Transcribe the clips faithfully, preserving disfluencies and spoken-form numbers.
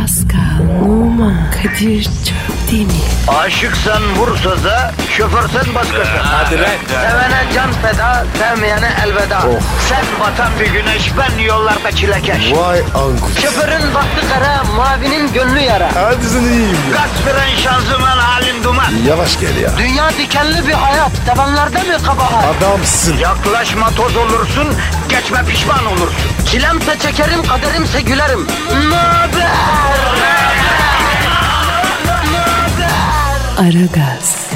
Pascal, Oman, Kadir çok değil mi? Aşıksan vursa da, şoförsen başkasın. Hadi lan. Sevene can feda, sevmeyene elveda. Oh. Sen batan bir güneş, ben yollarda çilekeş. Vay anku. Şoförün baktı kara, mavinin gönlü yara. Hadi sen iyiyim ya. Kasperen şanzıman halin duman. Yavaş gel ya. Dünya dikenli bir hayat, sevenlerde mi kabahar? Adamsın. Yaklaşma toz olursun, geçme pişman olursun. Çilemse çekerim, kaderimse gülerim. Möber! Aragaz.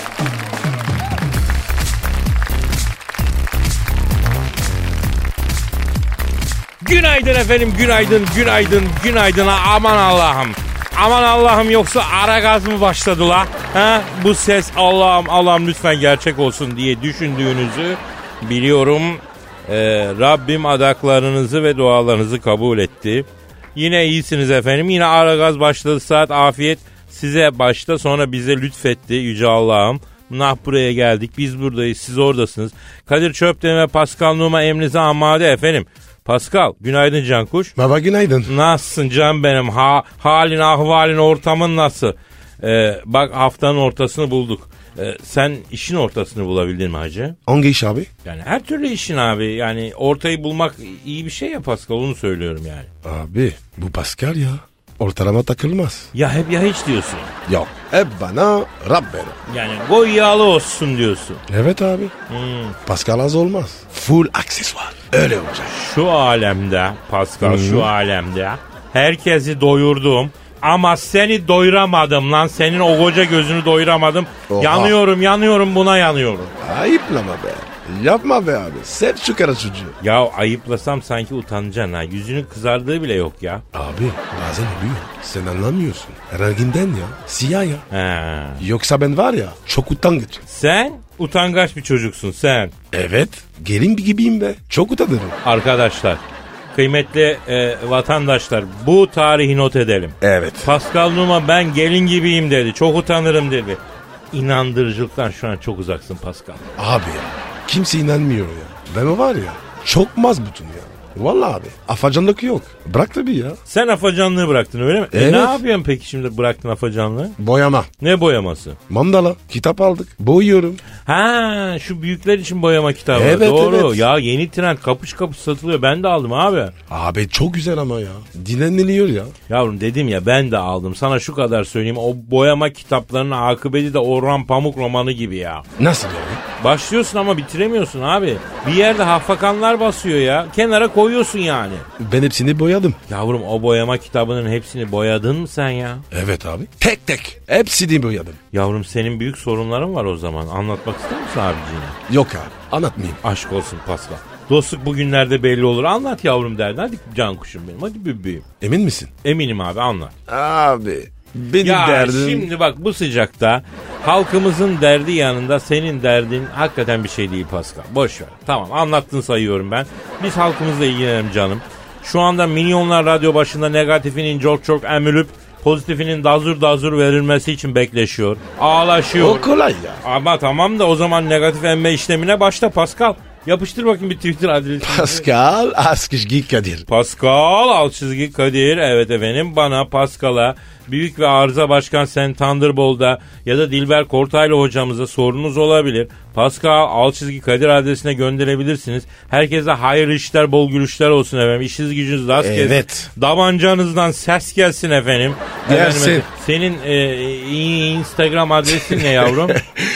Günaydın efendim, günaydın, günaydın, günaydın. Aman Allah'ım. Aman Allah'ım, yoksa Aragaz mı başladı la? Ha? Bu ses Allah'ım Allah'ım lütfen gerçek olsun diye düşündüğünüzü biliyorum. Ee, Rabbim adaklarınızı ve dualarınızı kabul etti. Yine iyisiniz efendim. Yine Aragaz başladı. Saat afiyet size başta, sonra bize lütfetti Yüce Allah'ım. Nah buraya geldik. Biz buradayız. Siz oradasınız. Kadir Çöpten ve Pascal Numa emrinize amade efendim. Pascal, günaydın Cankuş. Baba günaydın. Nasılsın can benim? Ha, halin, ahvalin, ortamın nasıl? Ee, bak haftanın ortasını bulduk. Ee, sen işin ortasını bulabildin mi hacı? Hangi iş abi? Yani her türlü işin abi. Yani ortayı bulmak iyi bir şey ya Pascal, onu söylüyorum yani. Abi bu Pascal ya. Ortalama takılmaz. Ya hep ya hiç diyorsun. Yok. Hep bana Rabbim. Yani boy yağlı olsun diyorsun. Evet abi. Hmm. Pascal az olmaz. Full aksesuar. Öyle olacak. Şu alemde Pascal, Hı. şu alemde herkesi doyurdum. Ama seni doyuramadım lan. Senin o koca gözünü doyuramadım. Oha. Yanıyorum, yanıyorum, buna yanıyorum. Ayıplama be. Yapma be abi. Sev şu kara çocuğu. Ya ayıplasam sanki utanacaksın ha. Yüzünün kızardığı bile yok ya. Abi bazen oluyor. Sen anlamıyorsun. Renginden ya. Siyah ya. He. Yoksa ben var ya çok utangaç. Sen utangaç bir çocuksun sen. Evet. Gelin gibiyim be. Çok utanırım. Arkadaşlar, kıymetli e, vatandaşlar, bu tarihi not edelim. Evet. Pascal Numa ben gelin gibiyim dedi. Çok utanırım dedi. İnandırıcılıktan şu an çok uzaksın Pascal. Abi ya. Kimse inanmıyor ya. Ben o var ya. Çok mazbutum ya. Vallahi abi. Afacanlık yok. Bırak tabii ya. Sen afacanlığı bıraktın öyle mi? Evet. E ne yapıyorsun peki şimdi bıraktın afacanlığı? Boyama. Ne boyaması? Mandala. Kitap aldık. Boyuyorum. Ha, şu büyükler için boyama kitabı. Evet, Doğru. evet. Ya yeni trend, kapış kapış satılıyor. Ben de aldım abi. Abi çok güzel ama ya. Dinleniliyor ya. Yavrum dedim ya, ben de aldım. Sana şu kadar söyleyeyim. O boyama kitaplarının akıbeti de Orhan Pamuk romanı gibi ya. Nasıl yani? Başlıyorsun ama bitiremiyorsun abi. Bir yerde hafakanlar basıyor ya. Kenara koyuyorsun yani. Ben hepsini boyadım. Yavrum o boyama kitabının hepsini boyadın mı sen ya? Evet abi. Tek tek. Hepsini boyadım. Yavrum senin büyük sorunların var o zaman. Anlatmak ister misin abiciğine? Yok abi. Anlatmayayım. Aşk olsun Pascal. Dostluk bugünlerde belli olur. Anlat yavrum derdin. Hadi can kuşum benim. Hadi bebeğim. Emin misin? Eminim abi, anlat. Abi. Benim Ya derdim. şimdi bak, bu sıcakta halkımızın derdi yanında senin derdin hakikaten bir şey değil Pascal. Boş ver. Tamam, anlattın sayıyorum ben. Biz halkımızla ilgilenelim canım. Şu anda milyonlar radyo başında negatifinin çok çok emülüp pozitifinin dazur dazur verilmesi için bekleşiyor. Ağlaşıyor. O kolay ya. Ama tamam da o zaman negatif emme işlemine başla Pascal. Yapıştır bakayım bir Twitter adresi. Pascal Askışgi Kadir. Pascal alt çizgi Kadir. Evet efendim, bana Pascal'a, Büyük ve Arıza Başkan Sen Thunderbolt'a ya da Dilber Kortaylı hocamıza sorunuz olabilir. Pascal alt çizgi Kadir adresine gönderebilirsiniz. Herkese hayırlı işler, bol gülüşler olsun efendim. İşiniz gücünüz rast gelsin. Evet. Davancanızdan ses gelsin efendim. Gelsin. Efendim, senin e, Instagram adresin ne yavrum?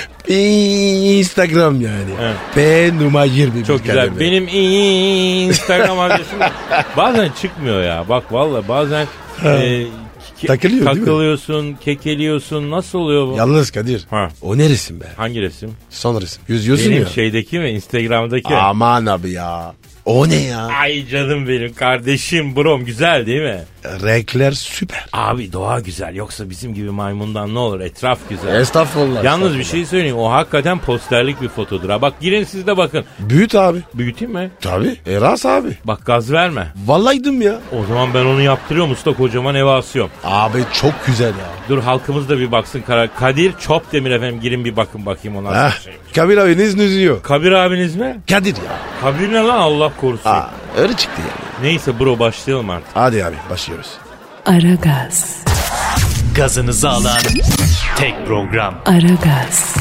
Instagram yani. Evet. P numara yirmi. Çok güzel. Kalemi. Benim Instagram adresim bazen çıkmıyor ya. Bak vallahi bazen e, ke- Takılıyor, değil mi? takılıyorsun, kekeliyorsun. Nasıl oluyor bu? Yalnız Kadir. Ha. O ne resim be? Hangi resim? Son resim. Yüzüyorsun Benim ya. şeydeki mi? Instagram'daki. Aman abi ya. O ne ya? Ay canım benim kardeşim, brom, güzel değil mi? Renkler süper. Abi doğa güzel, yoksa bizim gibi maymundan ne olur, etraf güzel. Estağfurullah. Yalnız bir estağfurullah. şey söyleyeyim, o hakikaten posterlik bir fotodur ha. Bak girin siz de bakın. Büyüt abi. Büyüteyim mi? Tabii. Eras abi. Bak gaz verme. Vallahi'dim ya. O zaman ben onu yaptırıyorum usta, kocaman eve asıyorum. Abi çok güzel ya. Dur halkımız da bir baksın. Kadir Çopdemir efendim, girin bir bakın bakayım ona nasıl bir şey. Kabir abiniz nüzüyor. Kabir abiniz mi? Kadir ya. Kabir ne lan, Allah korusun. Aa, öyle çıktı yani. Neyse bro, başlayalım artık. Hadi abi başlıyoruz. Aragaz. Gazınızı alan tek program. Aragaz.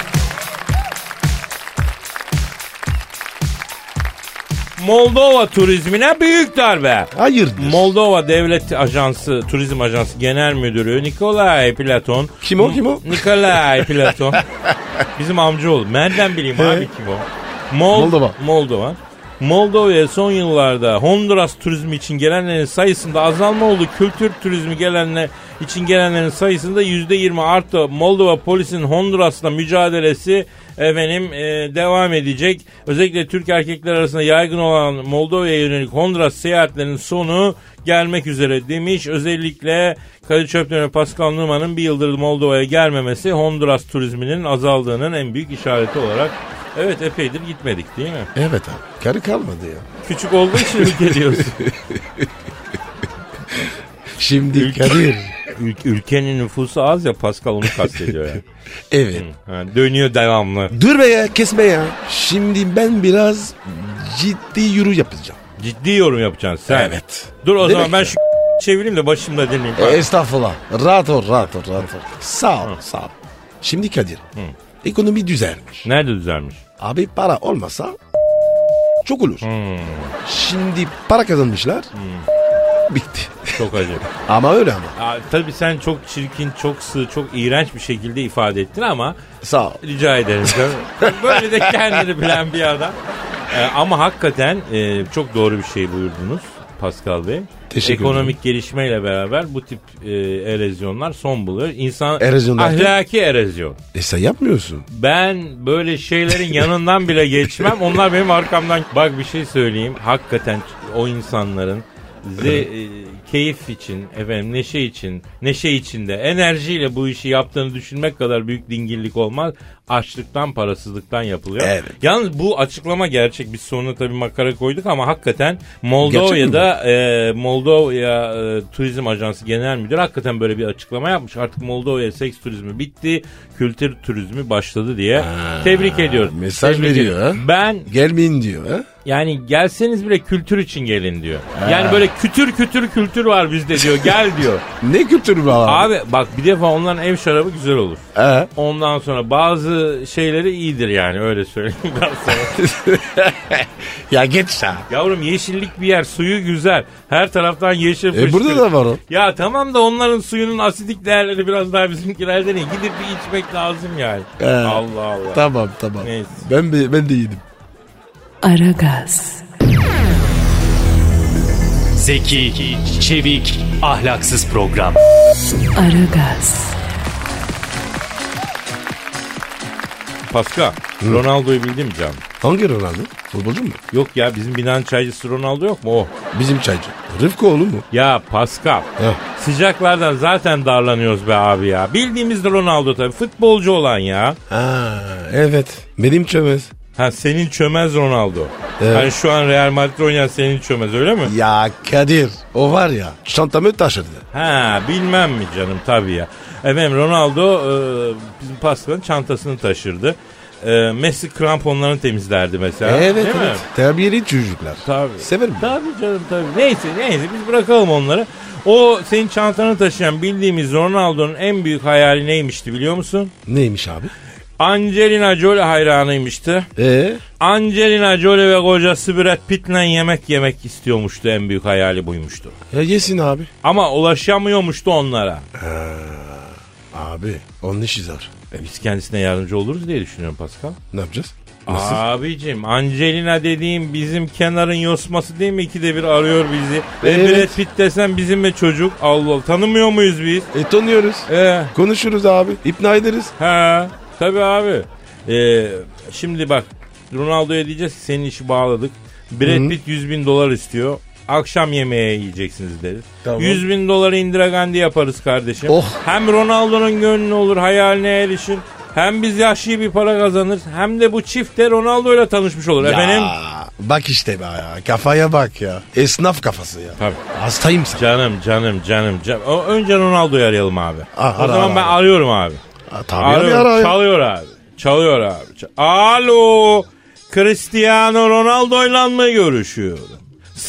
Moldova turizmine büyük darbe. Hayırdır? Moldova Devlet Ajansı, Turizm Ajansı Genel Müdürü Nikolay Platon. Kim o, kim o? Nikolay Platon. Bizim amcaoğlu. Nereden bileyim abi kim o? Mol- Moldova. Moldova. Moldova'ya son yıllarda Honduras turizmi için gelenlerin sayısında azalma oldu. Kültür turizmi gelenler için gelenlerin sayısında yüzde yirmi arttı. Moldova polisinin Honduras'la mücadelesi efendim e, devam edecek. Özellikle Türk erkekler arasında yaygın olan Moldova'ya yönelik Honduras seyahatlerinin sonu gelmek üzere demiş. Özellikle Kadir Çöpten ve Pascal Numa'nın bir yıldır Moldova'ya gelmemesi Honduras turizminin azaldığının en büyük işareti olarak. Evet, epeydir gitmedik değil mi? Evet abi. Karı kalmadı ya. Küçük olduğu için mi geliyorsun? Şimdi Ülke- Kadir. Ül- ülkenin nüfusu az ya, Pascal onu kastediyor yani. Evet. Ha, dönüyor devamlı. Dur be ya, kesme ya. Şimdi ben biraz ciddi yürü yapacağım. Ciddi yorum yapacaksın sen. Evet. Dur o Demek zaman ben ki- şu çevireyim de başımda dinleyeyim. E, estağfurullah. Rahat ol, rahat ol, rahat ol. Sağ ol, sağ ol. Şimdi Kadir. Ekonomi düzelmiş. Nerede düzelmiş? Abi para olmasa çok olur. Hmm, Şimdi para kazanmışlar. Bitti. çok acı. Ama öyle ama. Aa, tabii sen çok çirkin, çok sığ, çok iğrenç bir şekilde ifade ettin ama Sağ ol. rica ederim. Böyle de kendini bilen bir adam. Ee, ama hakikaten e, çok doğru bir şey buyurdunuz Pascal Bey. Teşekkür Ekonomik gelişmeyle beraber bu tip e, erozyonlar son buluyor. İnsan Erozyon derken? ahlaki erozyon. E sen yapmıyorsun. Ben böyle şeylerin yanından bile geçmem. Onlar benim arkamdan. Bak bir şey söyleyeyim. Hakikaten o insanların ze, e, keyif için, efendim neşe için, neşe içinde, enerjiyle bu işi yaptığını düşünmek kadar büyük dingillik olmaz. Açlıktan, parasızlıktan yapılıyor. Evet. Yalnız bu açıklama gerçek. Biz sonuna tabii makara koyduk ama hakikaten Moldova'da e, Moldova e, Turizm Ajansı Genel Müdürü hakikaten böyle bir açıklama yapmış. Artık Moldova'ya seks turizmi bitti, kültür turizmi başladı diye. Ha, Tebrik ediyorum. mesaj Tebrik veriyor ediyorum. ha? Ben Gelmeyin diyor ha. yani gelseniz bile kültür için gelin diyor. Yani böyle kütür kütür kültür var bizde diyor. Gel diyor. Ne kültürü var abi? Abi bak bir defa onların ev şarabı güzel olur. He. Ondan sonra bazı şeyleri iyidir yani, öyle söyleyeyim ben sana. Ya geç ya. Yavrum yeşillik bir yer, suyu güzel. Her taraftan yeşil fışkırıyor. E burada da var o. Ya tamam da onların suyunun asidik değerleri biraz daha bizimkilerden iyi. Gidip bir içmek lazım yani. He. Allah Allah. Tamam tamam. Neyse. Ben, de- ben de yedim. Aragaz. Zeki, çevik, ahlaksız program. Aragaz. Pascal, Ronaldo'yu bildin mi canım? Hangi Ronaldo? Futbolcu mu? Yok ya, bizim binanın çaycısı Ronaldo yok mu o? Bizim çaycı. Rıfkı oğlu mu? Ya Pascal, Heh. sıcaklardan zaten darlanıyoruz be abi ya. Bildiğimiz de Ronaldo tabii, futbolcu olan ya. Ha, evet. Benim çömez. Ha, senin çömez Ronaldo. Evet. Hani şu an Real Madrid oynayan senin çömez, öyle mi? Ya Kadir. O var ya. Çantamı taşırdı. Ha, bilmem mi canım, tabii ya. Efendim Ronaldo e, bizim Pascal'ın çantasını taşırdı. E, Messi kramponlarını temizlerdi mesela. Evet Değil evet. mi? Terbiyeli çocuklar. Tabii. Severim. Tabii canım tabii. Neyse neyse biz bırakalım onları. O senin çantanı taşıyan bildiğimiz Ronaldo'nun en büyük hayali neymişti biliyor musun? Neymiş abi? Angelina Jolie hayranıymıştı. Ee? Angelina Jolie ve kocası Brad Pitt'le yemek yemek istiyormuştu, en büyük hayali buymuştu. Ya yesin abi. Ama ulaşamıyormuştu onlara. Ha, abi onun işi zor. E biz kendisine yardımcı oluruz diye düşünüyorum Pascal. Ne yapacağız? Nasıl? Abicim Angelina dediğim bizim kenarın yosması değil mi? İkide bir arıyor bizi. Ve Evet. Brad Pitt desen bizimle çocuk. Allah Allah, tanımıyor muyuz biz? E tanıyoruz. Ee, Konuşuruz abi. İkna ederiz. ha, tabii abi. Ee, şimdi bak Ronaldo'ya diyeceğiz ki senin işi bağladık. Brad Pitt yüz bin dolar istiyor. Akşam yemeğe yiyeceksiniz deriz. Tamam. yüz bin doları Indira Gandhi yaparız kardeşim. Oh. Hem Ronaldo'nun gönlü olur, hayaline erişir. Hem biz yaşlı bir para kazanırız. Hem de bu çift de Ronaldo'yla tanışmış olur efendim. Ya, bak işte be ya. Kafaya bak ya. Esnaf kafası ya. Tabii. Hastayım sen. Canım canım canım canım. O, önce Ronaldo'yu arayalım abi. Ah, o ara, zaman ara, ben ara. arıyorum abi. Ha, tabii Arıyorum. abi, ara ya. Çalıyor abi. Çalıyor abi. Ç- Alo. Cristiano Ronaldo'yla mı görüşüyorum?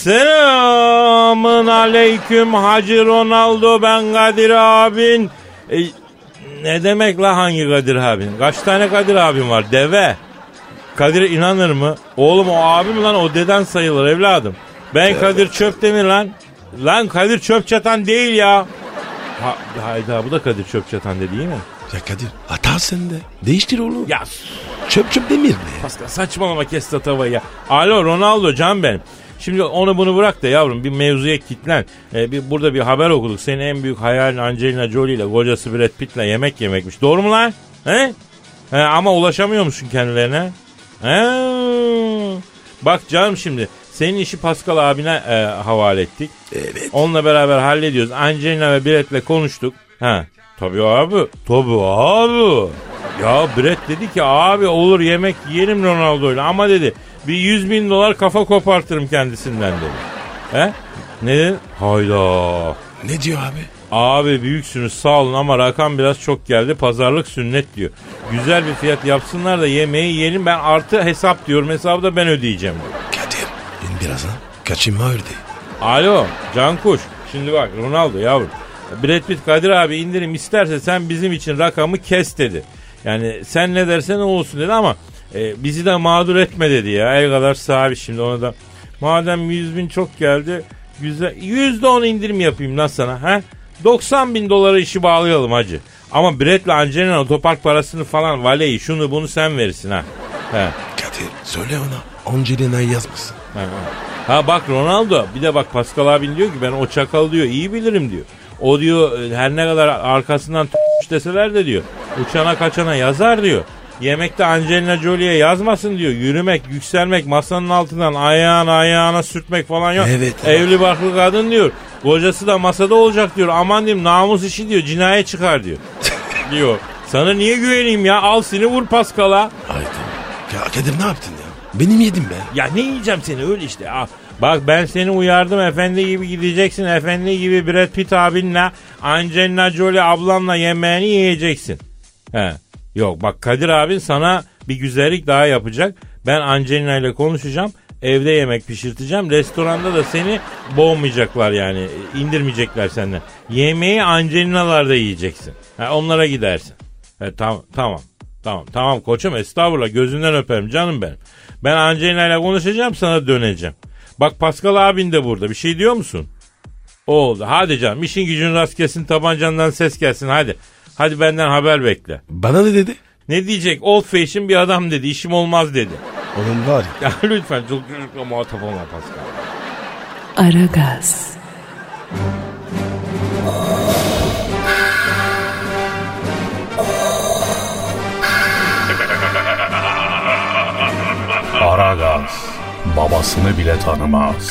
Selamın aleyküm Hacı Ronaldo, ben Kadir abin. E, ne demek la hangi Kadir abin? Kaç tane Kadir abim var? Deve. Kadir inanır mı? Oğlum o abim lan, o deden sayılır evladım. Ben evet. Kadir Çöptemir lan. Lan Kadir Çöpçatan değil ya. Ha, hayda bu da Kadir Çöpçatan de değil mi? Ya Kadir hata sende. Değiştir oğlum. Ya Çöp çöp demir mi? Pascal saçmalama, kes tatavayı ya. Alo Ronaldo can benim. Şimdi onu bunu bırak da yavrum, bir mevzuya kitlen. Ee, bir, burada bir haber okuduk. Senin en büyük hayalin Angelina Jolie ile kocası Brad Pitt'le yemek yemekmiş. Doğru mu lan? He? He, ama ulaşamıyor musun kendilerine? He? Bak canım, şimdi senin işi Pascal abine e, havale ettik. Evet. Onunla beraber hallediyoruz. Angelina ve Brad'le konuştuk. Ha. Tabii abi. Tabii abi. Ya Brad dedi ki abi olur yemek yiyelim Ronaldo'yla ama dedi bir yüz bin dolar kafa kopartırım kendisinden dedi. He? Ne dedi? Hayda. Ne diyor abi? Abi büyüksünüz sağ olun ama rakam biraz çok geldi, pazarlık sünnet diyor. Güzel bir fiyat yapsınlar da yemeği yiyelim, ben artı hesap diyorum, hesabı da ben ödeyeceğim diyor. Kadir in biraz ha. Kaçayım öyle. Alo Cankuş, şimdi bak Ronaldo yavrum. Brad Pitt Kadir abi indirim isterse sen bizim için rakamı kes dedi. Yani sen ne dersen o olsun dedi ama e, bizi de mağdur etme dedi ya. El kadar sahibi şimdi ona da. Madem yüz bin çok geldi, güzel yüzde on indirim yapayım lan sana. He? doksan bin dolara işi bağlayalım hacı. Ama Brad'le Angelina otopark parasını falan, valeyi şunu bunu sen verirsin ha. He. Kadir söyle ona Angelina'yı yazmasın. Ha, ha. ha bak Ronaldo, bir de bak Pascal abin diyor ki ben o çakal diyor iyi bilirim diyor. O diyor her ne kadar arkasından t***ş deseler de diyor uçana kaçana yazar diyor. Yemekte Angelina Jolie'ye yazmasın diyor. Yürümek, yükselmek, masanın altından ayağına ayağına sürtmek falan yok. Evet, Evli evet. barklı kadın diyor. Kocası da masada olacak diyor. Aman diyeyim namus işi diyor. Cinayet çıkar diyor. diyor. Sana niye güveneyim ya? Al seni vur Pascal'a. Haydi. Ya Kadir ne yaptın ya? Benim yedim be. Ya ne yiyeceğim seni öyle işte. Ah, bak ben seni uyardım, efendi gibi gideceksin. Efendi gibi Brad Pitt abinle Angelina Jolie ablanla yemeğini yiyeceksin. He. Yok bak Kadir abin sana bir güzellik daha yapacak. Ben Angelina ile konuşacağım. Evde yemek pişirteceğim. Restoranda da seni boğmayacaklar yani. İndirmeyecekler senden. Yemeği Angelina'larda yiyeceksin. Ha, onlara gidersin. He, tamam tamam. Tamam tamam koçum, estağfurullah, gözünden öperim canım benim. Ben Angelina ile konuşacağım, sana döneceğim. Bak Pascal abin de burada. Bir şey diyor musun? Oldu. Hadi canım, işin gücün rast gelsin, tabancandan ses gelsin hadi. Hadi benden haber bekle. Bana ne dedi? Ne diyecek? Old fashion bir adam dedi. İşim olmaz dedi. Onun var ya. Ya lütfen çok çocukla muhatap olma Pascal. Aragaz. Aragaz babasını bile tanımaz.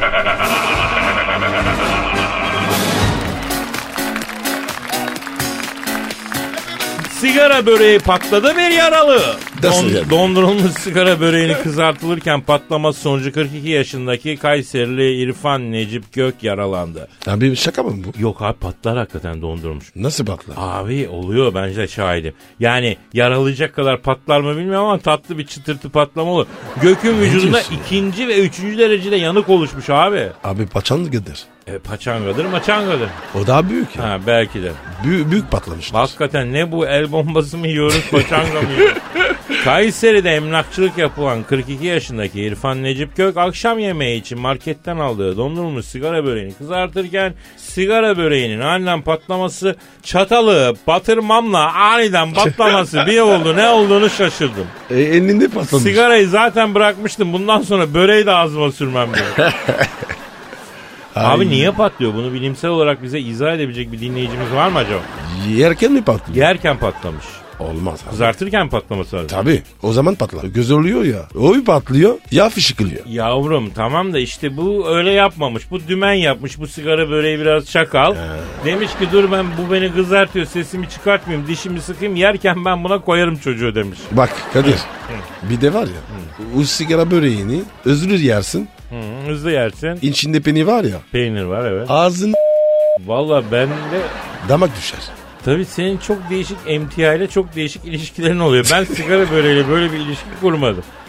Sigara böreği patladı bir yaralı. Nasıl Don, yani? Dondurulmuş sigara böreğini kızartılırken patlaması sonucu kırk iki yaşındaki Kayserili İrfan Necip Gök yaralandı. Abi şaka mı bu? Yok abi, patlar hakikaten dondurmuş. Nasıl patlar? Abi oluyor, bence de şahidim. Yani yaralayacak kadar patlar mı bilmiyorum ama tatlı bir çıtırtı patlama olur. Gök'ün vücudunda ikinci ve üçüncü derecede yanık oluşmuş abi. Abi paçangıdır. E, paçangadır maçangadır. O daha büyük ya. Ha belki de. Büyük, büyük patlamıştır. Hakikaten ne bu, el bombası mı yiyoruz paçanga mı yiyoruz? Kayseri'de emlakçılık yapılan kırk iki yaşındaki İrfan Necip Gök akşam yemeği için marketten aldığı dondurulmuş sigara böreğini kızartırken sigara böreğinin aniden patlaması, çatalı batırmamla aniden patlaması bir oldu, ne olduğunu şaşırdım. E, elinde patlamış. Sigarayı zaten bırakmıştım, bundan sonra böreği de ağzıma sürmem diyor. Abi niye patlıyor? Bunu bilimsel olarak bize izah edebilecek bir dinleyicimiz var mı acaba? Yerken mi patlıyor? Yerken patlamış. Olmaz abi. Kızartırken patlaması lazım. Tabii. O zaman patlar. Göz oluyor ya. O bir patlıyor. Yağ fışkılıyor. Yavrum tamam da işte bu öyle yapmamış. Bu dümen yapmış. Bu sigara böreği biraz çakal. He. Demiş ki dur ben bu beni kızartıyor. Sesimi çıkartmayayım. Dişimi sıkayım. Yerken ben buna koyarım çocuğu demiş. Bak Kadir. Bir de var ya. Hı. O sigara böreğini özür yersin. Hı, hızlı yersin. İçinde peynir var ya. Peynir var evet. Ağzın. Valla ben de. Damak düşer. Tabii senin çok değişik emtia ile çok değişik ilişkilerin oluyor. Ben sigara böreğiyle böyle bir ilişki kurmadım.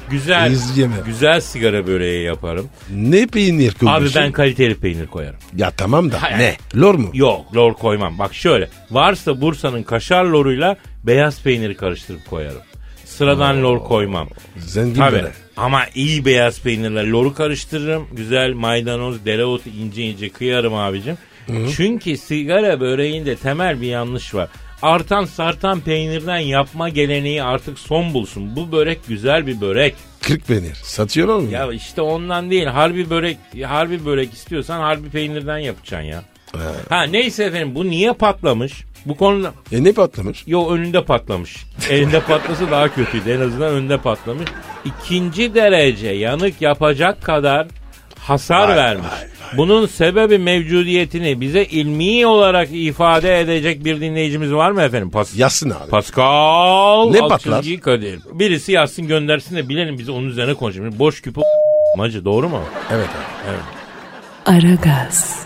Güzel, İzleyemem. güzel sigara böreği yaparım. Ne peynir koyuyorsun? Abi ben kaliteli peynir koyarım. Ya tamam da Hayır. ne? Lor mu? Yok, lor koymam. Bak şöyle, varsa Bursa'nın kaşar loruyla beyaz peyniri karıştırıp koyarım. Sıradan lor koymam. Zengin Tabii. böyle. Ama iyi beyaz peynirle loru karıştırırım. Güzel maydanoz, dereotu ince ince kıyarım abicim. Hı-hı. Çünkü sigara böreğinde temel bir yanlış var. Artan sartan peynirden yapma geleneği artık son bulsun. Bu börek güzel bir börek. kırk peynir. Satıyorlar mı? Ya işte ondan değil. Harbi börek, harbi börek istiyorsan harbi peynirden yapacaksın ya. Evet. Ha neyse efendim, bu niye patlamış? Bu konuda... E ne patlamış? Yo, önünde patlamış. Elinde patlasa daha kötüydü. En azından önünde patlamış. İkinci derece yanık yapacak kadar hasar Vay, vermiş. vay, vay. Bunun sebebi mevcudiyetini bize ilmi olarak ifade edecek bir dinleyicimiz var mı efendim? Pas Yazsın abi. Pascal. Ne alt patlar? çizgi Kadir. Birisi yazsın göndersin de bilelim, biz onun üzerine konuşalım. Boş küpü macı, doğru mu? Evet abi. Evet. Aragaz,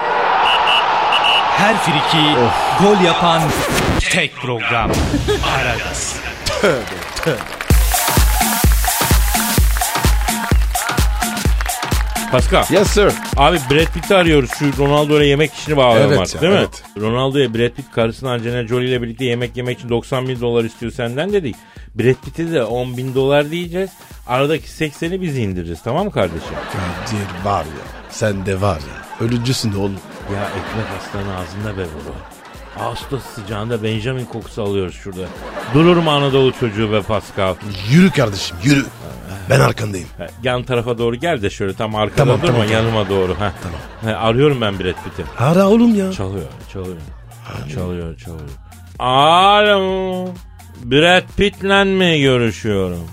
Her friki gol yapan tek program. Aragaz. Pascal. Yes sir. Abi Brad Pitt'i arıyoruz. Şu Ronaldo'ya yemek işini bağlayalım Evet artık, ya, değil evet. mi? Ronaldo'ya Brad Pitt karısını Angelina Jolie ile birlikte yemek yemek için doksan bin dolar istiyor senden dedik. Brad Pitt'e de on bin dolar diyeceğiz. Aradaki sekseni biz indireceğiz, tamam mı kardeşim? Kadir var ya. Sen de var ya. Ölücüsün oğlum. Ya ekmek aslanı ağzında be baba. Ağustos sıcağında Benjamin kokusu alıyoruz şurada. Durur mu Anadolu çocuğu be Pascal? Yürü kardeşim yürü. Ben arkandayım. Ha, yan tarafa doğru gel de şöyle tam arkada Tamam, durma, tamam, yanıma doğru. Ha. Tamam. Ha, arıyorum ben Brad Pitt'i. Ara oğlum ya. Çalıyor, çalıyor. Çalıyor, çalıyor. Alo. Brad Pitt'le mi görüşüyorum?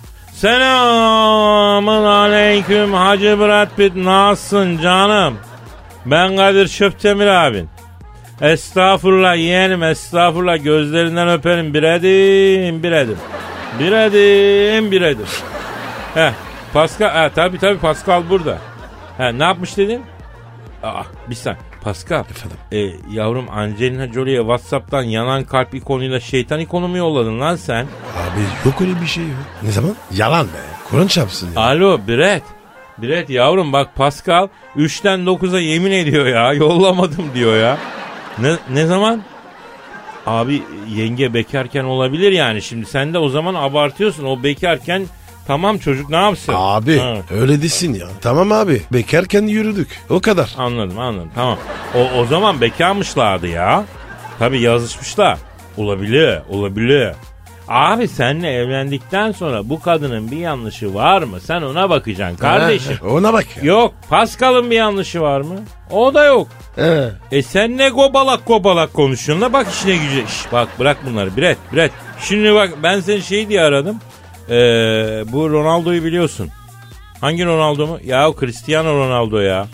Selamun aleyküm Hacı Brad Pitt, nasılsın canım? Ben Kadir Çöptemir abin. Estağfurullah yeğenim, estağfurullah, gözlerinden öperim, bir edim, bir edim. Bir edim, bir edim. Heh, Pascal, ha, tabii tabii Pascal burada. Ha, ne yapmış dedin? Aa, bir saniye. Pascal. Efendim? E, yavrum Angelina Jolie'ye WhatsApp'tan yanan kalp ikonuyla şeytan ikonu mu yolladın lan sen? Abi yok öyle bir şey yok. Ne zaman? Yalan be. Kur'an çarpsın ya. Alo Brett. Brett yavrum bak Pascal üçten dokuza yemin ediyor ya. Yollamadım diyor ya. Ne, ne zaman? Abi yenge bekarken olabilir yani. Şimdi sen de o zaman abartıyorsun. O bekarken tamam, çocuk ne yapsın? Abi Ha. öyle desin ya. Tamam abi. Bekarken yürüdük. O kadar. Anladım anladım tamam. O, o zaman bekarmışlardı ya. Tabii yazışmışlar. Olabilir olabilir. Abi seninle evlendikten sonra bu kadının bir yanlışı var mı? Sen ona bakacaksın kardeşim. Ha, ona bak ya. Yok, Pascal'ın bir yanlışı var mı? O da yok. He. E sen ne gobalak gobalak konuşuyorsun la, bak işine güce. Şş, bak bırak bunları Brett Brett. Şimdi bak ben seni şey diye aradım. Ee, bu Ronaldo'yu biliyorsun. Hangi Ronaldo mu? Ya o Cristiano Ronaldo ya.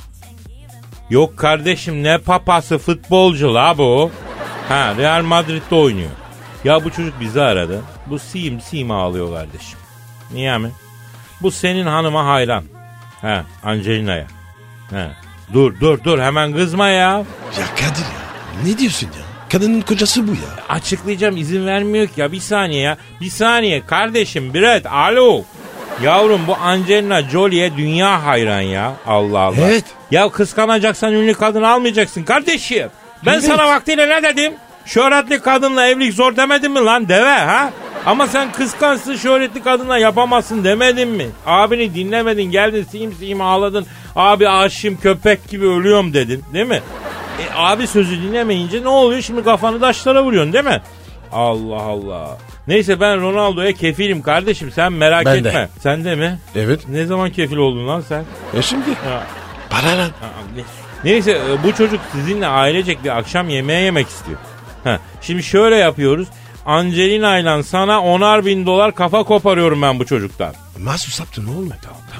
Yok kardeşim, ne papası, futbolcu la bu. Ha, Real Madrid'de oynuyor. Ya bu çocuk bizi aradı. Bu sim sim ağlıyor kardeşim. Niye mi? Bu senin hanıma hayran. He, Angelina'ya. He. Dur dur dur hemen kızma ya. Ya Kadir ya. Ne diyorsun ya? Kadının kocası bu ya. Açıklayacağım, izin vermiyor ki ya. Bir saniye ya. Bir saniye kardeşim Brett, alo. Yavrum bu Angelina Jolie'ye dünya hayran ya. Allah Allah. Evet. Ya kıskanacaksan ünlü kadın almayacaksın kardeşim. Ben Evet. sana vaktiyle ne dedim? Şöhretli kadınla evlilik zor demedim mi lan deve ha? Ama sen kıskansın, şöhretli kadınla yapamazsın demedin mi? Abini dinlemedin, geldin sim sim ağladın. Abi aşığım, köpek gibi ölüyorum dedin değil mi? E, abi sözü dinlemeyince ne oluyor? Şimdi kafanı taşlara vuruyorsun değil mi? Allah Allah. Neyse ben Ronaldo'ya kefilim kardeşim, sen merak Ben etme. de. Sen de mi? Evet. Ne zaman kefil oldun lan sen? E şimdi? Ha. Para lan. Neyse bu çocuk sizinle ailecek bir akşam yemeği yemek istiyor. Heh, şimdi şöyle yapıyoruz. Angelina ile sana onar bin dolar kafa koparıyorum ben bu çocuktan. Mahsus yaptın oğlum.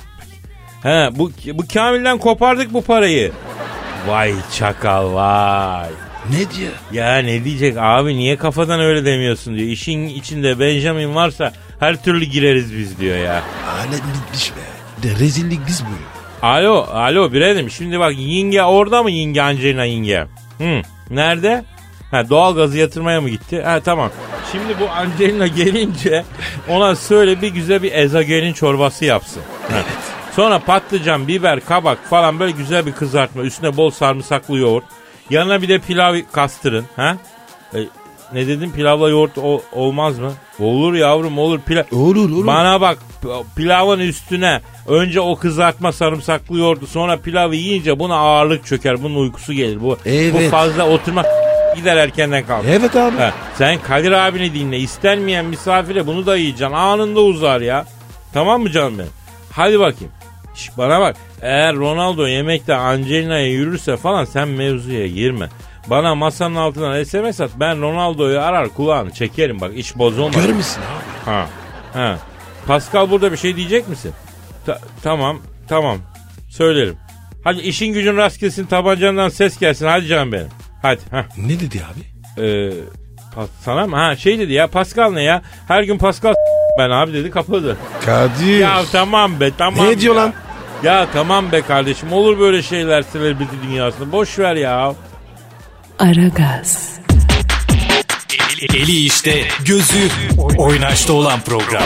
He, bu, bu Kamil'den kopardık bu parayı. Vay çakal vay. Ne diyor? Ya ne diyecek abi, niye kafadan öyle demiyorsun diyor. İşin içinde Benjamin varsa her türlü gireriz biz diyor ya. Alet bitmiş be. De rezillik biz bu. Alo alo biraderim, şimdi bak yenge orada mı, yenge Angelina yenge? Hı, nerede? Ha, doğalgazı yatırmaya mı gitti? Ha tamam. Şimdi bu Angelina gelince ona söyle bir güzel bir ezogelin çorbası yapsın. Evet. Sonra patlıcan, biber, kabak falan böyle güzel bir kızartma. Üstüne bol sarımsaklı yoğurt. Yanına bir de pilav kastırın. Ha? E, ne dedim, pilavla yoğurt o, olmaz mı? Olur yavrum, olur. Pilav. Olur olur. Bana bak, pilavın üstüne önce o kızartma sarımsaklı yoğurdu, sonra pilavı yiyince buna ağırlık çöker. Bunun uykusu gelir. Bu, evet. bu fazla oturmak gider, erkenden kalk. Evet abi. Ha, sen Kadir abini dinle. İstenmeyen misafire bunu da yiyeceksin. Anında uzar ya. Tamam mı canım benim? Hadi bakayım. Şş, bana bak. Eğer Ronaldo yemekte Angelina'ya yürürse falan sen mevzuya girme. Bana masanın altından S M S at. Ben Ronaldo'yu arar kulağını çekerim. Bak iş bozulmaz. Görmüşsün abi. Ha. Ha. Pascal burada bir şey diyecek misin? Ta- tamam. Tamam. Söylerim. Hadi işin gücün rast gelsin. Tabancandan ses gelsin. Hadi canım benim. Hadi. Ha. Ne dedi abi? Ee, sana mı? Ha şey dedi ya, Pascal ne ya? Her gün Pascal ben abi dedi, kapadı. Kadir. Ya tamam be, tamam. Ne diyor ya. lan? Ya tamam be kardeşim, olur böyle şeyler selebriti dünyasında. Boş ver ya. Aragaz. Eli, eli işte, gözü oynaşta olan program.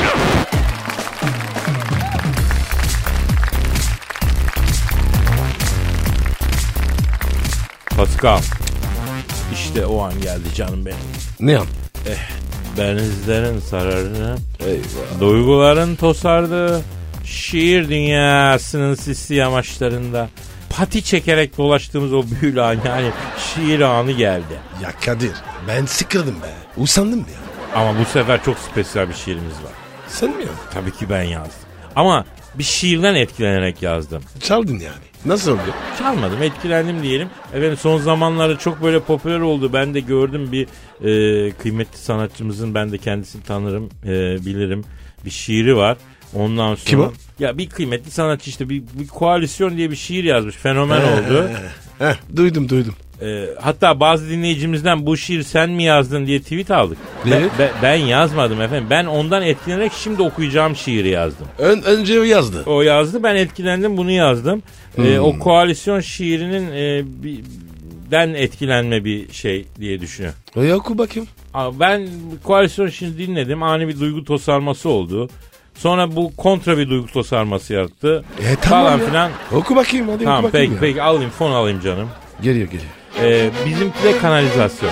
Pascal. İşte o an geldi canım benim. Ne an? Eh, benizlerin sarardı. Eyvah. Duyguların tosardı. Şiir dünyasının sisli yamaçlarında pati çekerek dolaştığımız o büyülü an, yani şiir anı geldi. Ya Kadir, ben sıkıldım be. Usandım ya. Ama bu sefer çok spesiyel bir şiirimiz var. Sen mi yazdın? Tabii ki ben yazdım. Ama bir şiirden etkilenerek yazdım. Çaldın yani. Nasıl oluyor? Çalmadım, etkilendim diyelim. Efendim son zamanlarda çok böyle popüler oldu. Ben de gördüm, bir e, kıymetli sanatçımızın, ben de kendisini tanırım, e, bilirim. Bir şiiri var. Ondan sonra... Kim o? Ya bir kıymetli sanatçı işte, bir, bir koalisyon diye bir şiir yazmış. Fenomen ee, oldu. Heh, duydum duydum. E, hatta bazı dinleyicimizden bu şiir sen mi yazdın diye tweet aldık. Evet. Ben, ben, ben yazmadım efendim. Ben ondan etkilenerek şimdi okuyacağım şiiri yazdım. Ön, önce o yazdı. O yazdı, ben etkilendim, bunu yazdım. Hmm. E, o koalisyon şiirinin e, bir, ben etkilenme bir şey diye düşünüyorum. E, oku bakayım. Ben koalisyon şiirini dinledim. Ani bir duygu tosarması oldu. Sonra bu kontra bir duygu tosarması yarattı. E tamam falan ya. Filan. Oku bakayım hadi. Tamam oku bakayım peki ya. peki alayım, fon alayım canım. Geliyor geliyor. Ee, bizimki de kanalizasyon.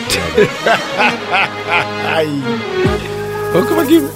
Ay. Oku bakayım.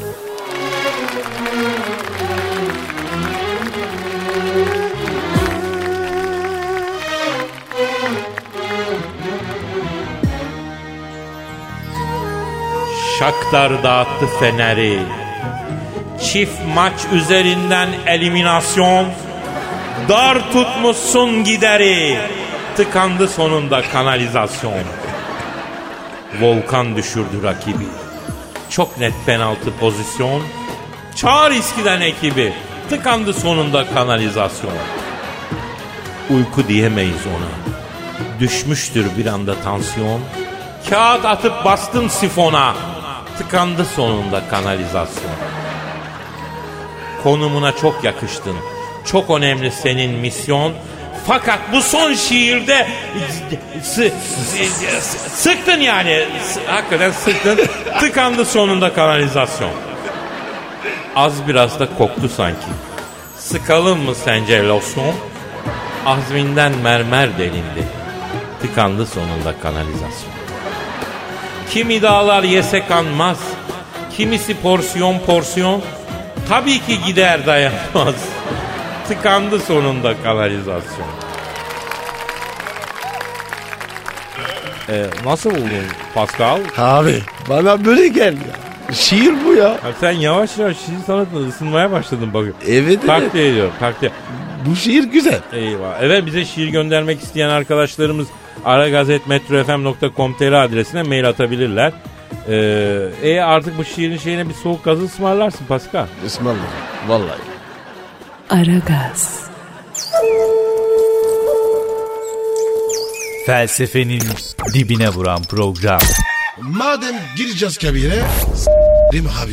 Shakhtar dağıttı feneri. Çift maç üzerinden eliminasyon. Dar tutmuşsun gideri. Tıkandı sonunda kanalizasyon. Volkan düşürdü rakibi. Çok net penaltı pozisyon. Çağır İSKİ'den ekibi. Tıkandı sonunda kanalizasyon. Uyku diyemeyiz ona. Düşmüştür bir anda tansiyon. Kağıt atıp bastın sifona. Tıkandı sonunda kanalizasyon. Konumuna çok yakıştın. Çok önemli senin misyon. Fakat bu son şiirde sı, sı, sıktın yani. S- hakikaten sıktın. Tıkandı sonunda kanalizasyon. Az biraz da koktu sanki. Sıkalım mı sence losyon? Azminden mermer delindi. Tıkandı sonunda kanalizasyon. Kimi dağlar yese kanmaz. Kimisi porsiyon porsiyon. Tabii ki gider dayanmaz. Tıkandı sonunda kanalizasyon. Ee, nasıl buldun Pascal? Abi bana böyle gel ya. Şiir bu ya. Ya sen yavaş yavaş şiir sanatına ısınmaya başladın bakın. Evet evet. Takdir ediyorum, takdir. Bu şiir güzel. Eyvah. Evet, bize şiir göndermek isteyen arkadaşlarımız aragazet metro f m nokta com nokta t r adresine mail atabilirler. Ee, e artık bu şiirin şeyine bir soğuk gazı ısmarlarsın Pascal. Ismarladım. Vallahi. Aragaz. Felsefenin dibine vuran program. Madem gireceğiz kabire, s***rim abi.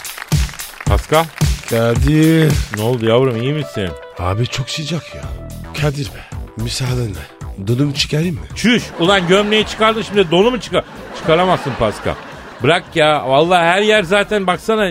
Pascal. Kadir. Ne oldu yavrum, iyi misin? Abi çok sıcak ya. Kadir be, müsaadenle. Donumu çıkarayım mı? Çüş. Ulan gömleği çıkardın şimdi donu mu çıkar? Çıkaramazsın Pascal. Bırak ya. Vallahi her yer zaten baksana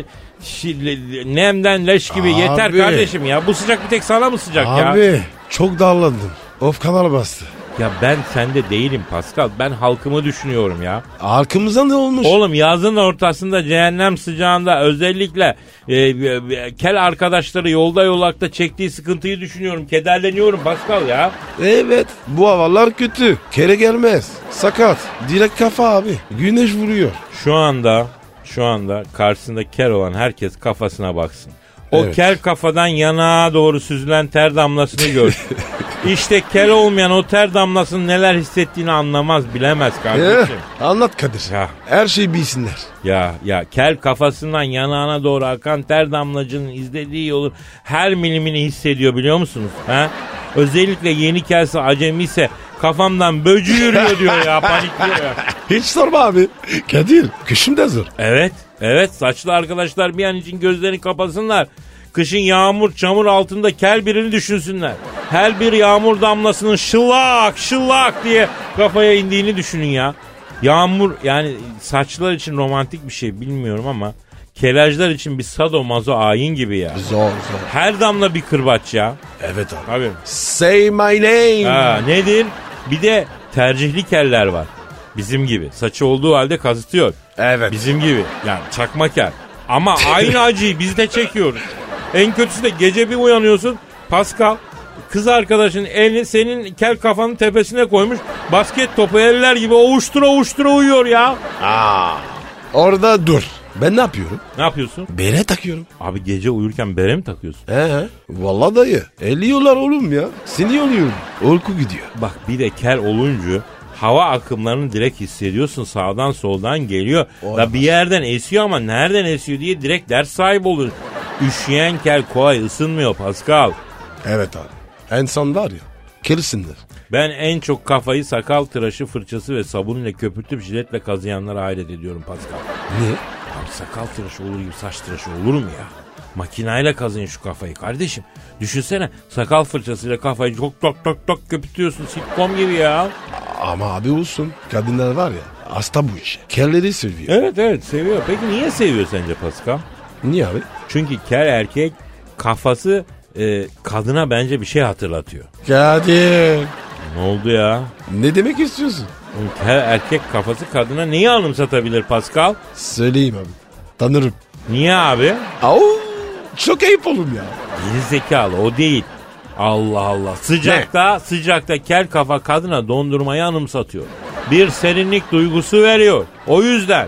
şi- nemden leş gibi. Abi. Yeter kardeşim ya. Bu sıcak bir tek sana mı sıcak ya? Abi çok darlandım. Of kanal bastı. Ya ben sende değilim Pascal. Ben halkımı düşünüyorum ya. Arkamızdan ne olmuş? Oğlum yazın ortasında cehennem sıcağında özellikle e, e, kel arkadaşları yolda yolakta çektiği sıkıntıyı düşünüyorum. Kederleniyorum Pascal ya. Evet bu havalar kötü. Kere gelmez. Sakat. Direkt kafa abi. Güneş vuruyor. Şu anda şu anda karşısında kel olan herkes kafasına baksın. O Evet. kel kafadan yanağa doğru süzülen ter damlasını görsün. İşte kel olmayan o ter damlasının neler hissettiğini anlamaz, bilemez kardeşim. Eh, anlat Kadir. Ya. Her şeyi bilsinler. Ya ya kel kafasından yanağına doğru akan ter damlacının izlediği yolun her milimini hissediyor biliyor musunuz? Ha? Özellikle yeni kelse acemi ise kafamdan böcü yürüyor diyor ya, panikliyor ya. Hiç sorma abi. Kadir kışım da zor. Evet, evet, saçlı arkadaşlar bir an için gözlerini kapatsınlar. Kışın yağmur çamur altında kel birini düşünsünler. Her bir yağmur damlasının şıllak şıllak diye kafaya indiğini düşünün ya. Yağmur yani saçlar için romantik bir şey bilmiyorum ama kelajlar için bir sadomazo ayin gibi ya. Zor zor. Her damla bir kırbaç ya. Evet abi. Abi. Say my name. Ha, nedir? Bir de tercihli keller var. Bizim gibi. Saçı olduğu halde kazıtıyor. Evet. Bizim gibi. Yani çakma kel. Ama aynı acıyı biz de çekiyoruz. En kötüsü de gece bir uyanıyorsun. Pascal kız arkadaşın elini senin kel kafanın tepesine koymuş. Basket topu eller gibi ovuştura ovuştura uyuyor ya. Aa, orada dur. Ben ne yapıyorum? Ne yapıyorsun? Bere takıyorum. Abi gece uyurken bere mi takıyorsun? He. Vallahi dayı. Eliyorlar oğlum ya. Seni yoluyorum. Uyku gidiyor. Bak bir de kel olunca hava akımlarını direkt hissediyorsun. Sağdan soldan geliyor. Da bir yerden esiyor ama nereden esiyor diye direkt ders sahibi oluyorsun. Üşüyen kel kolay ısınmıyor Pascal. Evet abi. İnsan var ya. Kerisinler. Ben en çok kafayı sakal tıraşı, fırçası ve sabunla köpürtüp jiletle kazıyanlara hayret ediyorum Pascal. Ne? Abi sakal tıraşı olur gibi saç tıraşı olur mu ya? Makinayla kazıyın şu kafayı kardeşim. Düşünsene sakal fırçasıyla kafayı tok tok tok tok köpürtüyorsun, sitcom gibi ya. Ama abi olsun. Kadınlar var ya. Hasta bu işe. Kelleri seviyor. Evet evet seviyor. Peki niye seviyor sence Pascal? Niye abi? Çünkü kel erkek kafası e, kadına bence bir şey hatırlatıyor. Kadir. Ne oldu ya? Ne demek istiyorsun? Oğlum, kel erkek kafası kadına neyi anımsatabilir Pascal? Söyleyeyim abi. Tanırım. Niye abi? Au, çok ayıp oğlum ya. Geri zekalı o değil. Allah Allah. Sıcakta sıcakta kel kafa kadına dondurmayı anımsatıyor. Bir serinlik duygusu veriyor. O yüzden.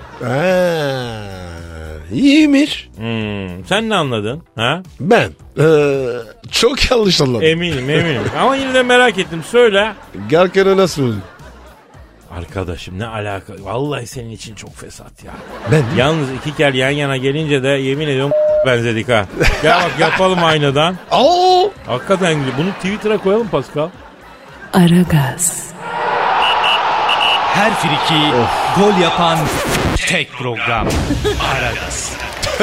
Aa, iyiymiş. Hmm, sen ne anladın? Ha? Ben ee, çok yanlış anladım. Eminim eminim. Ama yine de merak ettim. Söyle. Gerçekten nasıl oldu? Arkadaşım ne alaka? Vallahi senin için çok fesat ya. Ben Yalnız iki kel yan yana gelince de yemin ediyorum benzedik ha. Gel bak yapalım aynadan. Aa! Hakikaten güzel. Bunu Twitter'a koyalım Pascal. Aragaz, Her friki gol yapan tek program. Aragaz.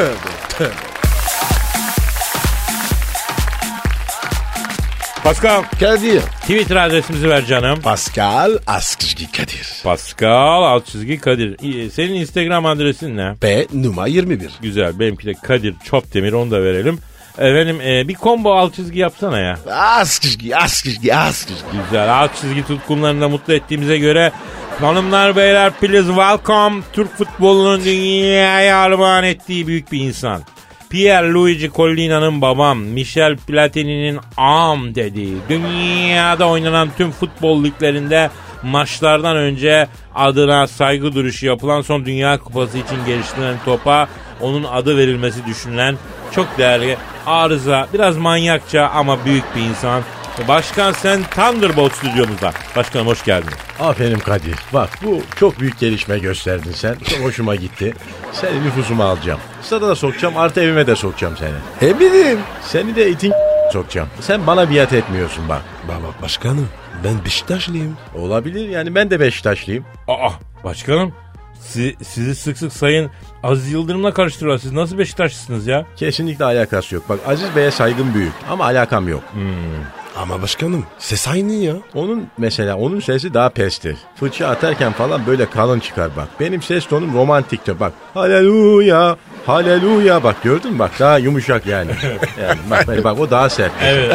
Pascal Kadir. Twitter adresimizi ver canım. Pascal Askışki Kadir. Pascal alt çizgi Kadir. İyi, senin Instagram adresin ne? P numara yirmi bir. Güzel, benimki de Kadir Çopdemir, onu da verelim. Efendim e, bir combo alt çizgi yapsana ya. Askışki, Askışki, Askışki. Güzel, alt çizgi tutkunlarını da mutlu ettiğimize göre hanımlar beyler please welcome Türk futbolunun dünyaya armağan ettiği büyük bir insan. Pierluigi Collina'nın babam, Michel Platini'nin am dediği, dünyada oynanan tüm futbol liglerinde maçlardan önce adına saygı duruşu yapılan, son Dünya Kupası için geliştirilen topa onun adı verilmesi düşünülen çok değerli, arıza, biraz manyakça ama büyük bir insan. Başkan Sen Thunderbolt stüdyomuzda. Başkanım hoş geldin. Aferin Kadir. Bak bu çok büyük gelişme gösterdin sen. Çok hoşuma gitti. Seni nüfusuma alacağım. Stada da sokacağım, artı evime de sokacağım seni. Eminim. Seni de itin sokacağım. Sen bana biat etmiyorsun bak. Baba başkanım ben Beşiktaşlıyım. Olabilir yani, ben de Beşiktaşlıyım. Aa başkanım sizi, sizi sık sık Sayın Aziz Yıldırım'la karıştırıyorlar. Siz nasıl Beşiktaşlısınız ya? Kesinlikle alakası yok. Bak Aziz Bey'e saygım büyük ama alakam yok. Hmm. Ama başkanım ses aynı ya. Onun mesela onun sesi daha pestir. Fırça atarken falan böyle kalın çıkar bak. Benim ses tonum romantiktir bak. Haleluya, haleluya bak gördün mü bak daha yumuşak yani. yani bak, bak, bak o daha sert. Evet.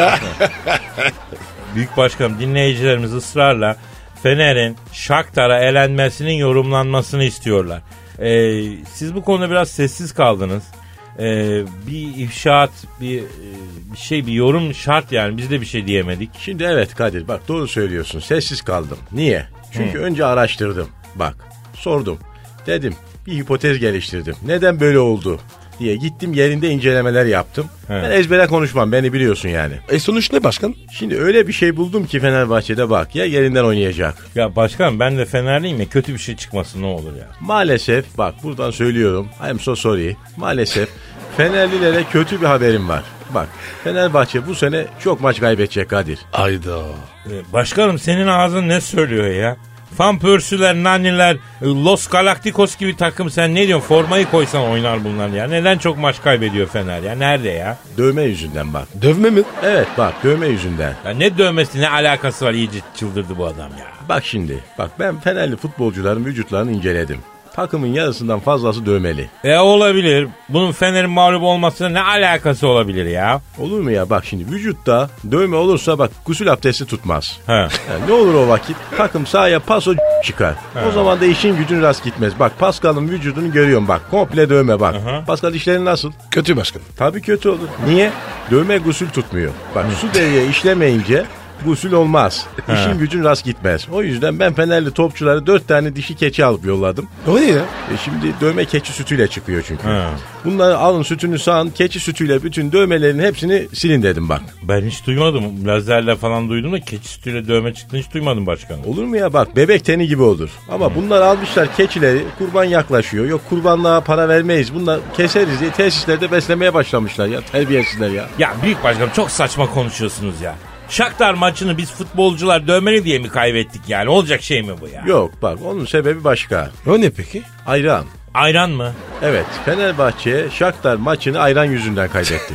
Büyük Başkanım, dinleyicilerimiz ısrarla Fener'in Shakhtar'a elenmesinin yorumlanmasını istiyorlar. Ee, siz bu konuda biraz sessiz kaldınız. Ee, bir ifşaat, bir, bir şey, bir yorum şart yani. Biz de bir şey diyemedik. Şimdi evet Kadir bak doğru söylüyorsun. Sessiz kaldım. Niye? Çünkü Hı. önce araştırdım. Bak sordum. Dedim bir hipotez geliştirdim. Neden böyle oldu diye gittim yerinde incelemeler yaptım. He. Ben ezbere konuşmam, beni biliyorsun yani. E sonuç ne başkan? Şimdi öyle bir şey buldum ki Fenerbahçe'de bak ya yerinden oynayacak. Ya başkan ben de Fenerliyim ya, kötü bir şey çıkmasın ne olur ya. Maalesef bak buradan söylüyorum. I'm so sorry. Maalesef Fenerlilere kötü bir haberim var. Bak Fenerbahçe bu sene çok maç kaybedecek Kadir. Ayda. Ee, başkanım senin ağzın ne söylüyor ya? Van Persie'ler, Nani'ler, Los Galacticos gibi takım, sen ne diyorsun? Formayı koysan oynar bunlar ya. Neden çok maç kaybediyor Fener ya? Nerede ya? Dövme yüzünden bak. Dövme mi? Evet bak dövme yüzünden. Ya ne dövmesi, ne alakası var, iyice çıldırdı bu adam ya. Bak şimdi bak ben Fenerli futbolcuların vücutlarını inceledim. Takımın yarısından fazlası dövmeli. E olabilir. Bunun Fener'in mağlup olmasına ne alakası olabilir ya? Olur mu ya? Bak şimdi vücutta dövme olursa bak gusül abdesti tutmaz. He. Yani ne olur o vakit? Takım sahaya paso çıkar. He. O zaman da işin gücün rast gitmez. Bak Pascal'ın vücudunu görüyorum bak. Komple dövme bak. Hı-hı. Pascal işleri nasıl? Kötü başkanım. Tabii kötü olur. Niye? Dövme gusül tutmuyor. Bak Hı. su devreye işlemeyince gusül olmaz. İşin He. gücün rast gitmez. O yüzden ben Fenerli topçuları dört tane dişi keçi alıp yolladım. O ne ya? E şimdi dövme keçi sütüyle çıkıyor çünkü. He. Bunları alın sütünü sağın, keçi sütüyle bütün dövmelerin hepsini silin dedim bak. Ben hiç duymadım. Lazerle falan duydum da keçi sütüyle dövme çıktığını hiç duymadım başkanım. Olur mu ya bak bebek teni gibi olur. Ama hmm. bunlar almışlar keçileri, kurban yaklaşıyor. Yok kurbanlığa para vermeyiz, bunlar keseriz diye tesislerde beslemeye başlamışlar ya, terbiyesizler ya. Ya büyük başkanım çok saçma konuşuyorsunuz ya. Shakhtar maçını biz futbolcular dövmeli diye mi kaybettik yani? Olacak şey mi bu ya? Yok bak onun sebebi başka. O ne peki? Ayran. Ayran mı? Evet Fenerbahçe Shakhtar maçını ayran yüzünden kaybetti.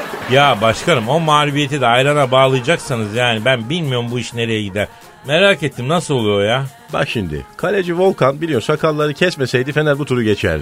Ya başkanım o mağlubiyeti de ayrana bağlayacaksanız yani ben bilmiyorum bu iş nereye gider. Merak ettim nasıl oluyor ya? Bak şimdi kaleci Volkan biliyor sakalları kesmeseydi Fener bu turu geçerdi.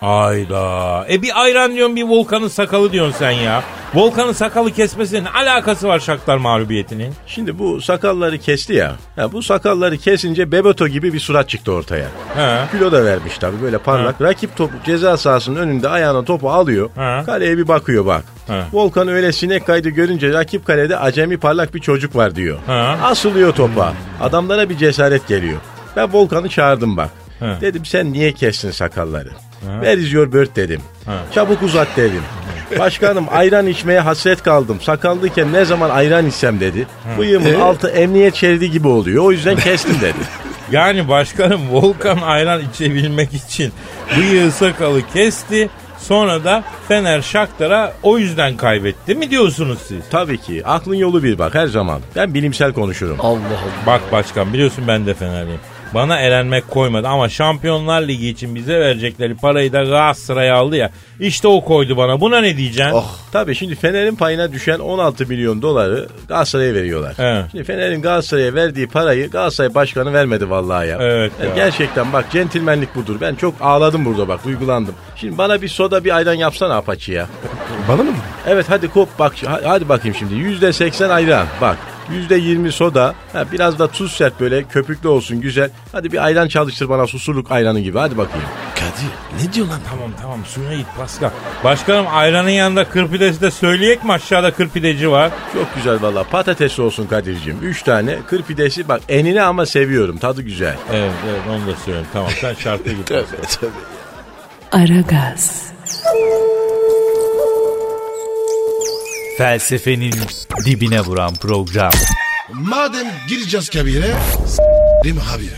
Ayda. E bir ayran diyorsun bir Volkan'ın sakalı diyorsun sen ya. Volkan'ın sakalı kesmesinin ne alakası var Shakhtar mağlubiyetinin? Şimdi bu sakalları kesti ya. ya bu sakalları kesince Bebeto gibi bir surat çıktı ortaya. He. Kilo da vermiş tabii böyle parlak. He. Rakip topu ceza sahasının önünde ayağına topu alıyor. He. Kaleye bir bakıyor bak. He. Volkan öyle sinek kaydı görünce rakip kalede acemi parlak bir çocuk var diyor. He. Asılıyor topa. Adamlara bir cesaret geliyor. Ben Volkan'ı çağırdım bak. He. Dedim sen niye kestin sakalları? Where is your bird dedim. Ha. Çabuk uzat dedim. Başkanım ayran içmeye hasret kaldım. Sakallıyken ne zaman ayran içsem dedi. Ha. Bıyığımın ee? altı emniyet şeridi gibi oluyor. O yüzden kestim dedi. Yani başkanım Volkan ayran içebilmek için bıyığı sakalı kesti. Sonra da Fener Shakhtar'a o yüzden kaybetti mi diyorsunuz siz? Tabii ki. Aklın yolu bir bak her zaman. Ben bilimsel konuşurum. Allah Allah. Bak başkan biliyorsun ben de Fenerliyim. Bana elenmek koymadı ama Şampiyonlar Ligi için bize verecekleri parayı da Galatasaray'a aldı ya. İşte o koydu bana. Buna ne diyeceksin? Oh. Tabii şimdi Fener'in payına düşen on altı milyon doları Galatasaray'a veriyorlar. He. Şimdi Fener'in Galatasaray'a verdiği parayı Galatasaray Başkanı vermedi vallahi ya. Evet ya. Gerçekten bak centilmenlik budur. Ben çok ağladım burada bak duygulandım. Şimdi bana bir soda bir ayran yapsana Apache ya. Bana mı? Evet hadi kop bak hadi bakayım şimdi yüzde seksen ayran bak. yüzde yirmi soda. Ha, biraz da tuz sert böyle köpüklü olsun güzel. Hadi bir ayran çalıştır bana susurluk ayranı gibi. Hadi bakayım. Kadir ne diyor lan? Tamam tamam suyuna git Pascal. Başkanım ayranın yanında kırpidesi de söyleyek mi? Aşağıda kırpideci var. Çok güzel valla. Patatesli olsun Kadir'ciğim. Üç tane kırpidesi bak enine ama seviyorum. Tadı güzel. Evet evet onu da söyleyeyim. Tamam sen şarkıya git. Tabii tabii. Aragaz. Felsefenin dibine vuran program. Madem gireceğiz kabire, s***rim habire.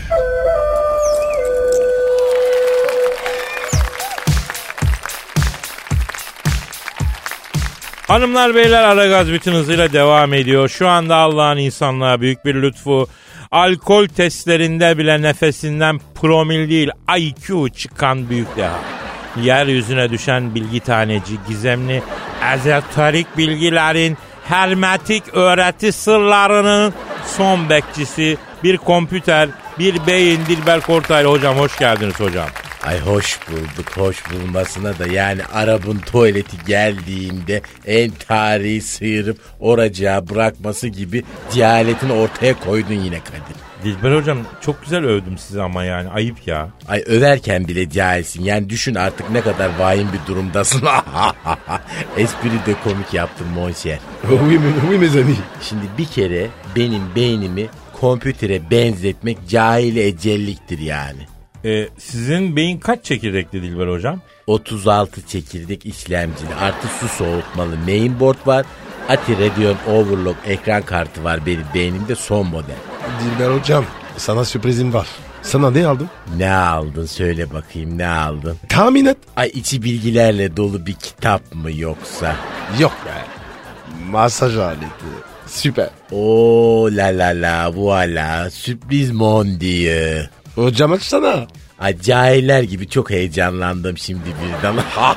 Hanımlar beyler Aragaz bütün hızıyla devam ediyor. Şu anda Allah'ın insanlığa büyük bir lütfu. Alkol testlerinde bile nefesinden promil değil I Q çıkan büyük deha. Yeryüzüne düşen bilgi taneci, gizemli, ezoterik bilgilerin hermetik öğreti sırlarının son bekçisi, bir kompüter, bir beyin Dilber Kortaylı hocam, hoş geldiniz hocam. Ay hoş bulduk, hoş bulmasına da yani Arap'ın tuvaleti geldiğinde en tarihi sıyırıp oracağı bırakması gibi cehaletini ortaya koydun yine Kadir. Dilber hocam çok güzel övdüm sizi ama yani ayıp ya. Ay överken bile cahilsin. Yani düşün artık ne kadar vahim bir durumdasın. Espri de komik yaptım monşer. Oui, oui mes amis. Şimdi bir kere benim beynimi kompütere benzetmek cahil ecelliktir yani. Ee, sizin beyin kaç çekirdekli Dilber hocam? otuz altı çekirdek işlemcili artı su soğutmalı mainboard var. Ati Radeon Overclock ekran kartı var benim beynimde son model. Dilber hocam sana sürprizim var. Sana ne aldım? Ne aldın söyle bakayım, ne aldın? Tahmin et. Ay içi bilgilerle dolu bir kitap mı yoksa? Yok be. Masaj aleti. Süper. Oo la la la voilà sürpriz mon dieu. Hocam açsana. Ay cahiller gibi çok heyecanlandım şimdi birden.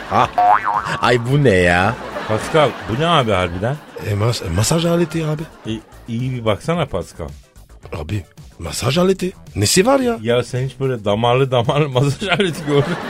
Ay bu ne ya? Pascal bu ne abi harbiden? E, mas- e, masaj aleti abi. E, iyi bir baksana Pascal. Abi masaj aleti. Nesi var ya? Ya sen hiç böyle damarlı damarlı masaj aleti gördün mü?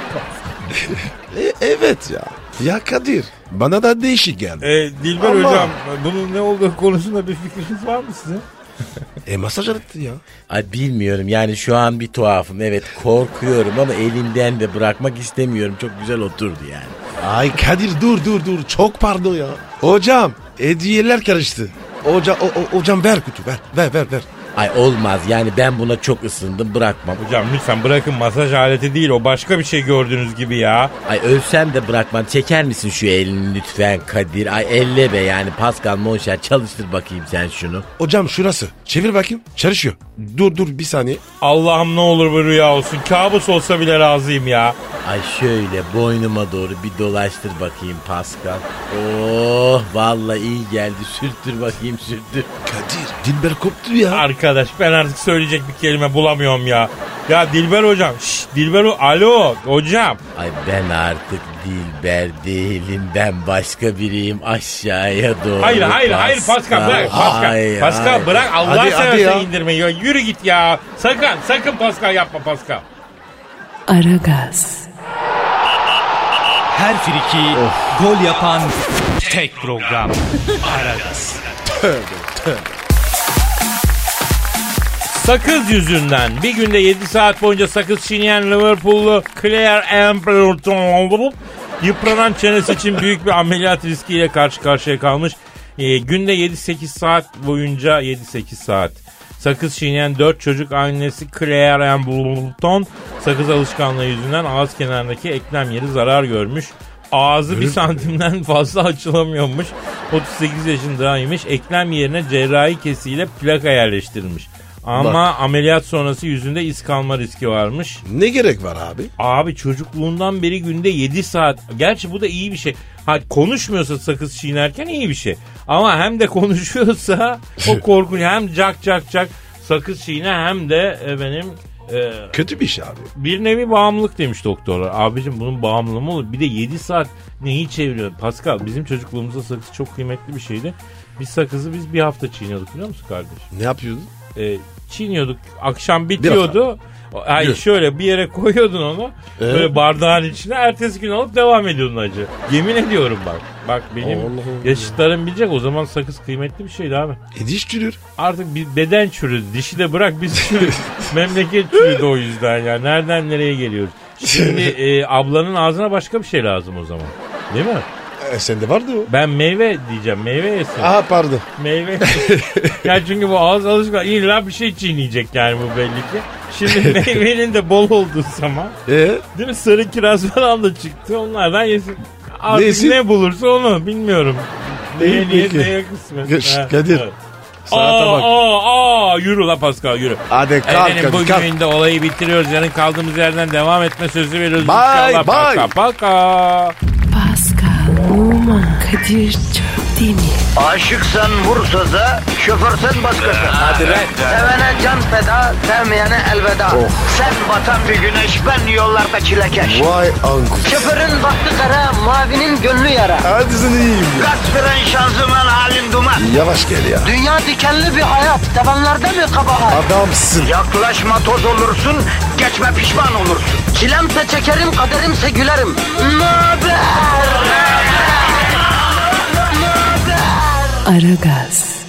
E, evet ya. Ya Kadir bana da değişik geldi. E, Dilber Ama... hocam bunun ne olduğu konusunda bir fikriniz var mı sizin? E masaj aleti ya. Ay bilmiyorum yani şu an bir tuhafım, evet korkuyorum ama elimden de bırakmak istemiyorum, çok güzel oturdu yani. Ay Kadir dur dur dur çok pardon ya. Hocam hediyeler karıştı. Hocam, o, o, hocam ver kutu ver ver ver ver. Ay olmaz yani ben buna çok ısındım, bırakmam. Hocam lütfen bırakın, masaj aleti değil o, başka bir şey gördüğünüz gibi ya. Ay ölsem de bırakmam, çeker misin şu elini lütfen Kadir? Ay elle be yani Pascal Monşer, çalıştır bakayım sen şunu. Hocam şurası çevir bakayım, çalışıyor. Dur dur bir saniye. Allah'ım ne olur bir rüya olsun, kabus olsa bile razıyım ya. Ay şöyle boynuma doğru bir dolaştır bakayım Pascal. Oh vallahi iyi geldi, sürtür bakayım sürtür. Kadir Dilber koptu ya. Arkadaş ben artık söyleyecek bir kelime bulamıyorum ya. Ya Dilber hocam, şşş Dilber ho- alo hocam. Ay ben artık Dilber değilim, ben başka biriyim, aşağıya doğru. Hayır hayır hayır Pascal bırak Pascal. Ay, Pascal ay. bırak, Allah Hadi, hadi seversen ya. indirme ya. Yürü git ya. Sakın sakın Pascal yapma Pascal. Aragaz, Her friki gol yapan tek program. Aragaz. Sakız yüzünden bir günde yedi saat boyunca sakız çiğneyen Liverpool'lu Claire Amberton yıpranan çenesi için büyük bir ameliyat riskiyle karşı karşıya kalmış. E, günde yedi sekiz saat boyunca yedi sekiz saat sakız çiğneyen dört çocuk annesi Claire Amberton sakız alışkanlığı yüzünden ağız kenarındaki eklem yeri zarar görmüş. Ağzı bir santimden fazla açılamıyormuş. otuz sekiz yaşındaymış. Eklem yerine cerrahi kesiyle plaka yerleştirilmiş. Ama Bak. ameliyat sonrası yüzünde iz kalma riski varmış. Ne gerek var abi? Abi çocukluğundan beri günde yedi saat. Gerçi bu da iyi bir şey. Ha, konuşmuyorsa sakız çiğnerken iyi bir şey. Ama hem de konuşuyorsa o korkunç. Hem cak cak cak sakız çiğne hem de benim... E, Kötü bir şey abi. Bir nevi bağımlılık demiş doktorlar. Abicim bunun bağımlılığı mı olur? Bir de yedi saat neyi çeviriyor? Pascal bizim çocukluğumuzda sakız çok kıymetli bir şeydi. Biz sakızı biz bir hafta çiğniyorduk biliyor musun kardeş? Ne yapıyordun? E, çiğniyorduk. Akşam bitiyordu. Hayır şöyle bir yere koyuyordun onu. Ee? Böyle bardağın içine, ertesi gün alıp devam ediyordun acı. Yemin ediyorum bak. Bak benim Allah yaşıtlarım bilecek, o zaman sakız kıymetli bir şeydi abi. E diş çürür. Artık bir beden çürüdü. Dişi de bırak biz çürüdük. Memleket çürüdü o yüzden ya. Nereden nereye geliyoruz? Şimdi e, ablanın ağzına başka bir şey lazım o zaman. Değil mi? E, sende vardı o. Ben meyve diyeceğim. Meyve yesin. Aha pardon. Meyve. Ya çünkü bu ağız alışkanlığı illa bir şey çiğneyecek yani bu belli ki. Şimdi meyvenin de bol olduğu zaman. Ee? Değil mi? Sarı kiraz falan da çıktı. Onlardan yesin. Artık Neyse. ne bulursa onu bilmiyorum. Neye niyet neye kısmet. Gış, Kadir. Evet. Saate aa, bak. Aa, aa, yürü la Pascal yürü. Hadi kalk Efendim, hadi kalk. bugün de olayı bitiriyoruz. Yarın kaldığımız yerden devam etme sözü veriyoruz. Bye, İnşallah. bye. Paka paka. Pascal, Oman, Kadir çok değil mi? Aşıksan vursa da, şoförsen başkasın. Hadi lan. Sevene can feda, sevmeyene elveda. Sen batan bir güneş, ben yollarda çilekeş. Vay anku. Şoförün baktı kara, mavinin gönlü yara. Hadi sen iyiyim ya. Kasperen şanzıman halin duman. Yavaş gel ya. Dünya dikenli bir hayat, sevenlerde mi kabahar? Adamsın. Yaklaşma toz olursun, geçme pişman olursun. Çilemse çekerim, kaderimse gülerim. Möber! Aragaz.